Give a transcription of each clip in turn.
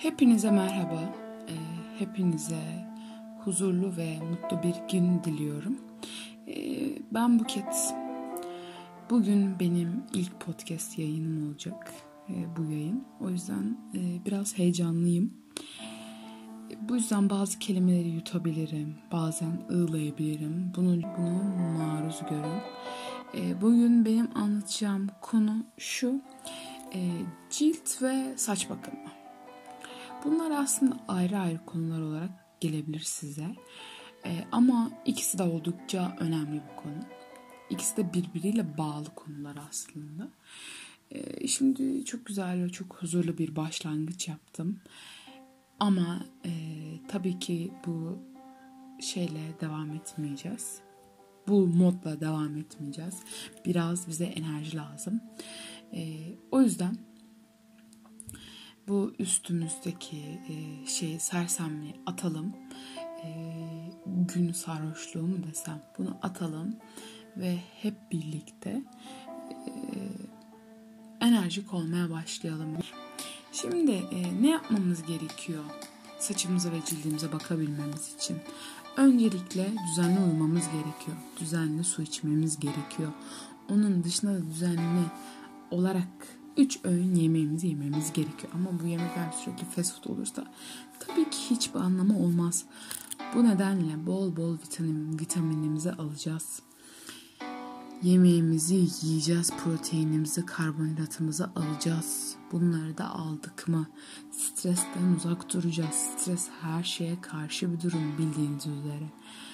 Hepinize merhaba. Hepinize huzurlu ve mutlu bir gün diliyorum. Ben Buket. Bugün benim ilk podcast yayınım olacak bu yayın. O yüzden biraz heyecanlıyım. Bu yüzden bazı kelimeleri yutabilirim. Bazen ığlayabilirim. Bunu maruz görün. Bugün benim anlatacağım konu şu. Cilt ve saç bakımı. Bunlar aslında ayrı ayrı konular olarak gelebilir size. Ama ikisi de oldukça önemli bir konu. İkisi de birbiriyle bağlı konular aslında. Şimdi çok güzel ve çok huzurlu bir başlangıç yaptım. Ama tabii ki bu şeyle devam etmeyeceğiz. Bu modla devam etmeyeceğiz. Biraz bize enerji lazım. O yüzden bu üstümüzdeki sersemliği atalım. Gün sarhoşluğu mu desem, bunu atalım ve hep birlikte enerjik olmaya başlayalım. Şimdi ne yapmamız gerekiyor saçımıza ve cildimize bakabilmemiz için? Öncelikle düzenli uyumamız gerekiyor. Düzenli su içmemiz gerekiyor. Onun dışında da düzenli olarak 3 öğün yemeğimizi yememiz gerekiyor. Ama bu yemekler sürekli fast food olursa tabii ki hiçbir anlamı olmaz. Bu nedenle bol bol vitaminimizi alacağız. Yemeğimizi yiyeceğiz, proteinimizi, karbonhidratımızı alacağız. Bunları da aldık mı stresten uzak duracağız. Stres her şeye karşı bir durum, bildiğiniz üzere.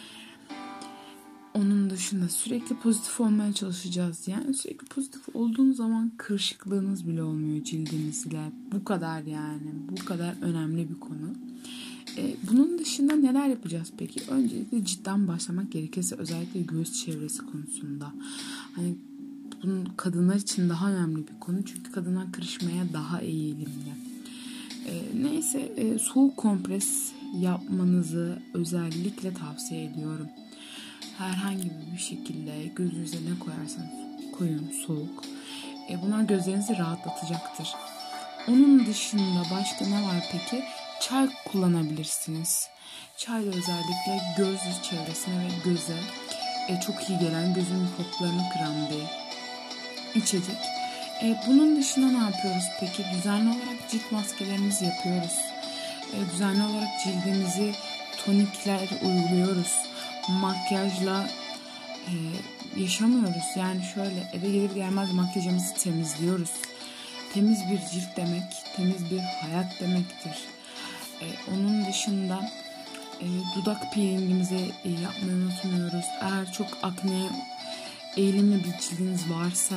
Onun dışında sürekli pozitif olmaya çalışacağız. Yani sürekli pozitif olduğunuz zaman kırışıklığınız bile olmuyor cildinizle. Bu kadar yani. Bu kadar önemli bir konu. Bunun dışında neler yapacağız peki? Öncelikle cidden başlamak gerekirse özellikle göğüs çevresi konusunda. Hani bunun kadınlar için daha önemli bir konu. Çünkü kadınlar kırışmaya daha eğilimli. Neyse soğuk kompres yapmanızı özellikle tavsiye ediyorum. Herhangi bir şekilde gözünüze ne koyarsanız koyun soğuk. Bunlar gözlerinizi rahatlatacaktır. Onun dışında başka ne var peki? Çay kullanabilirsiniz. Çay da özellikle göz çevresine ve göze çok iyi gelen, gözün mikroplarını kıran bir içecek. Bunun dışında ne yapıyoruz peki? Düzenli olarak cilt maskelerimizi yapıyoruz. Düzenli olarak cildimizi tonikler uyguluyoruz. Makyajla yaşamıyoruz. Yani şöyle eve gelir gelmez makyajımızı temizliyoruz. Temiz bir cilt demek, temiz bir hayat demektir. Onun dışında dudak peelingimizi yapmayı unutmuyoruz. Eğer çok akne eğilimli bir cildiniz varsa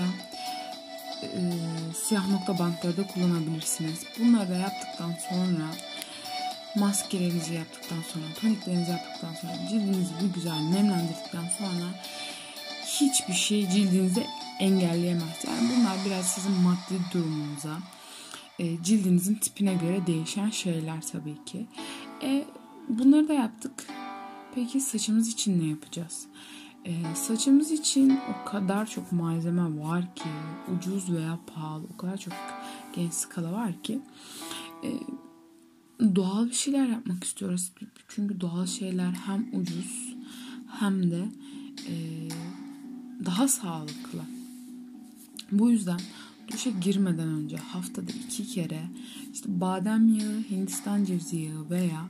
siyah nokta bantları da kullanabilirsiniz. Bunları da yaptıktan sonra maskelerinizi yaptıktan sonra, toniklerinizi yaptıktan sonra, cildinizi bir güzel nemlendirdikten sonra hiçbir şey cildinizi engelleyemez. Yani bunlar biraz sizin maddi durumunuza, cildinizin tipine göre değişen şeyler tabii ki. Bunları da yaptık. Peki saçımız için ne yapacağız? Saçımız için o kadar çok malzeme var ki, ucuz veya pahalı, o kadar çok geniş skala var ki doğal bir şeyler yapmak istiyoruz. Çünkü doğal şeyler hem ucuz hem de daha sağlıklı. Bu yüzden duşa girmeden önce haftada 2 kere işte badem yağı, Hindistan cevizi yağı veya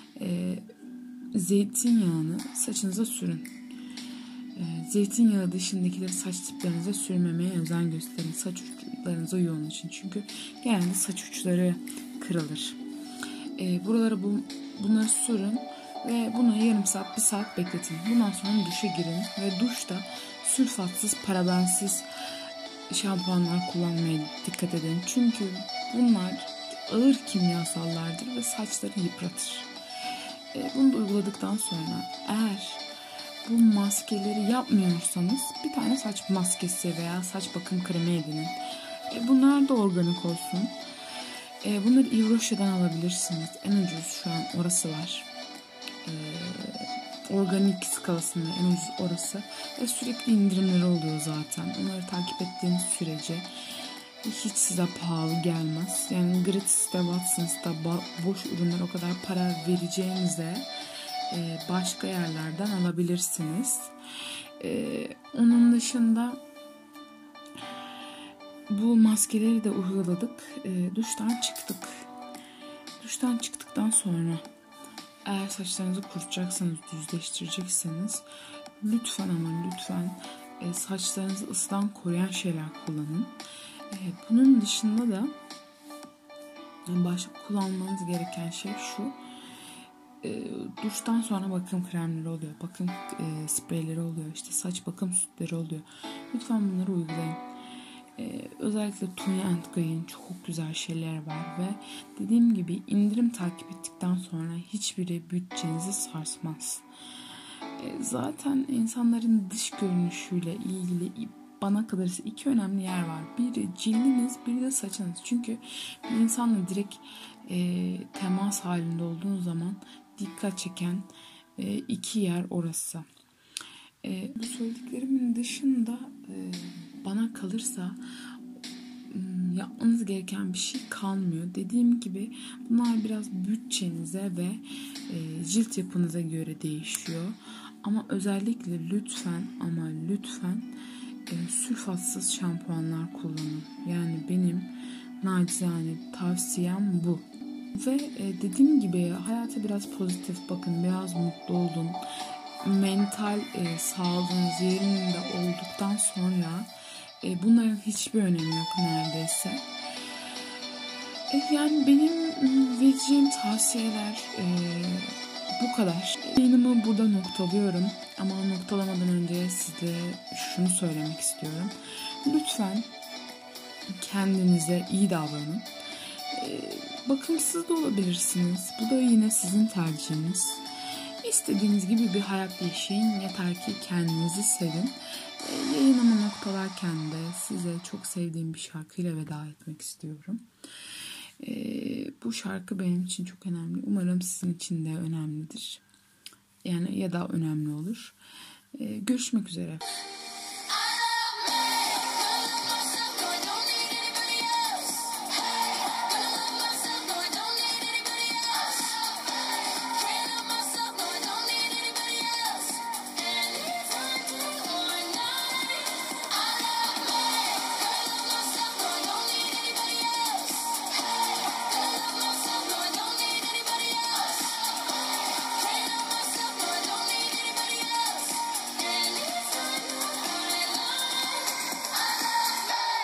zeytinyağını saçınıza sürün. Zeytinyağı dışındakileri saç tiplerinize sürmemeye özen gösterin. Saç uçlarınıza yoğun için. Çünkü genelde saç uçları kırılır. Buralara bunları sürün ve bunu yarım saat, 1 saat bekletin. Bundan sonra duşa girin ve duşta sülfatsız, parabensiz şampuanlar kullanmaya dikkat edin. Çünkü bunlar ağır kimyasallardır ve saçları yıpratır. Bunu da uyguladıktan sonra eğer bu maskeleri yapmıyorsanız bir tane saç maskesi veya saç bakım kremi edinin. Bunlar da organik olsun. Bunları Yves Rocher'dan alabilirsiniz. En ucuz şu an orası var. Organik skalasında en ucuz orası. Ve sürekli indirimleri oluyor zaten. Onları takip ettiğiniz sürece hiç size pahalı gelmez. Yani Gratis'te, Watsons'ta boş ürünler o kadar para vereceğinize başka yerlerden alabilirsiniz. Onun dışında bu maskeleri de uyguladık. Duştan çıktık. Duştan çıktıktan sonra eğer saçlarınızı kurutacaksanız, düzleştirecekseniz lütfen ama lütfen saçlarınızı ısıdan koruyan şeyler kullanın. Bunun dışında da başka kullanmanız gereken şey şu. Duştan sonra bakım kremleri oluyor. Bakım spreyleri oluyor. İşte saç bakım sütleri oluyor. Lütfen bunları uygulayın. Özellikle Tony & Guy'in çok güzel şeyler var ve dediğim gibi indirim takip ettikten sonra hiçbiri bütçenizi sarsmaz. Zaten insanların dış görünüşüyle ilgili bana kalırsa iki önemli yer var. Biri cildiniz, biri de saçınız. Çünkü bir insanla direkt temas halinde olduğunuz zaman dikkat çeken iki yer orası. Bu söylediklerimin dışında bana kalırsa yapmanız gereken bir şey kalmıyor. Dediğim gibi bunlar biraz bütçenize ve cilt yapınıza göre değişiyor. Ama özellikle lütfen ama lütfen sülfatsız şampuanlar kullanın. Yani benim nacizane tavsiyem bu. Ve dediğim gibi hayata biraz pozitif bakın, biraz mutlu olun. Mental sağlığınız yerinde olduktan sonra bunların hiçbir önemi yok neredeyse. Yani benim vereceğim tavsiyeler bu kadar. Yayınımı burada noktalıyorum. Ama noktalamadan önce size şunu söylemek istiyorum. Lütfen kendinize iyi davranın. Bakımsız da olabilirsiniz. Bu da yine sizin tercihiniz. İstediğiniz gibi bir hayat yaşayın. Yeter ki kendinizi sevin. Yayınımı noktalarken de size çok sevdiğim bir şarkıyla veda etmek istiyorum. Bu şarkı benim için çok önemli. Umarım sizin için de önemlidir. Yani ya da önemli olur. Görüşmek üzere.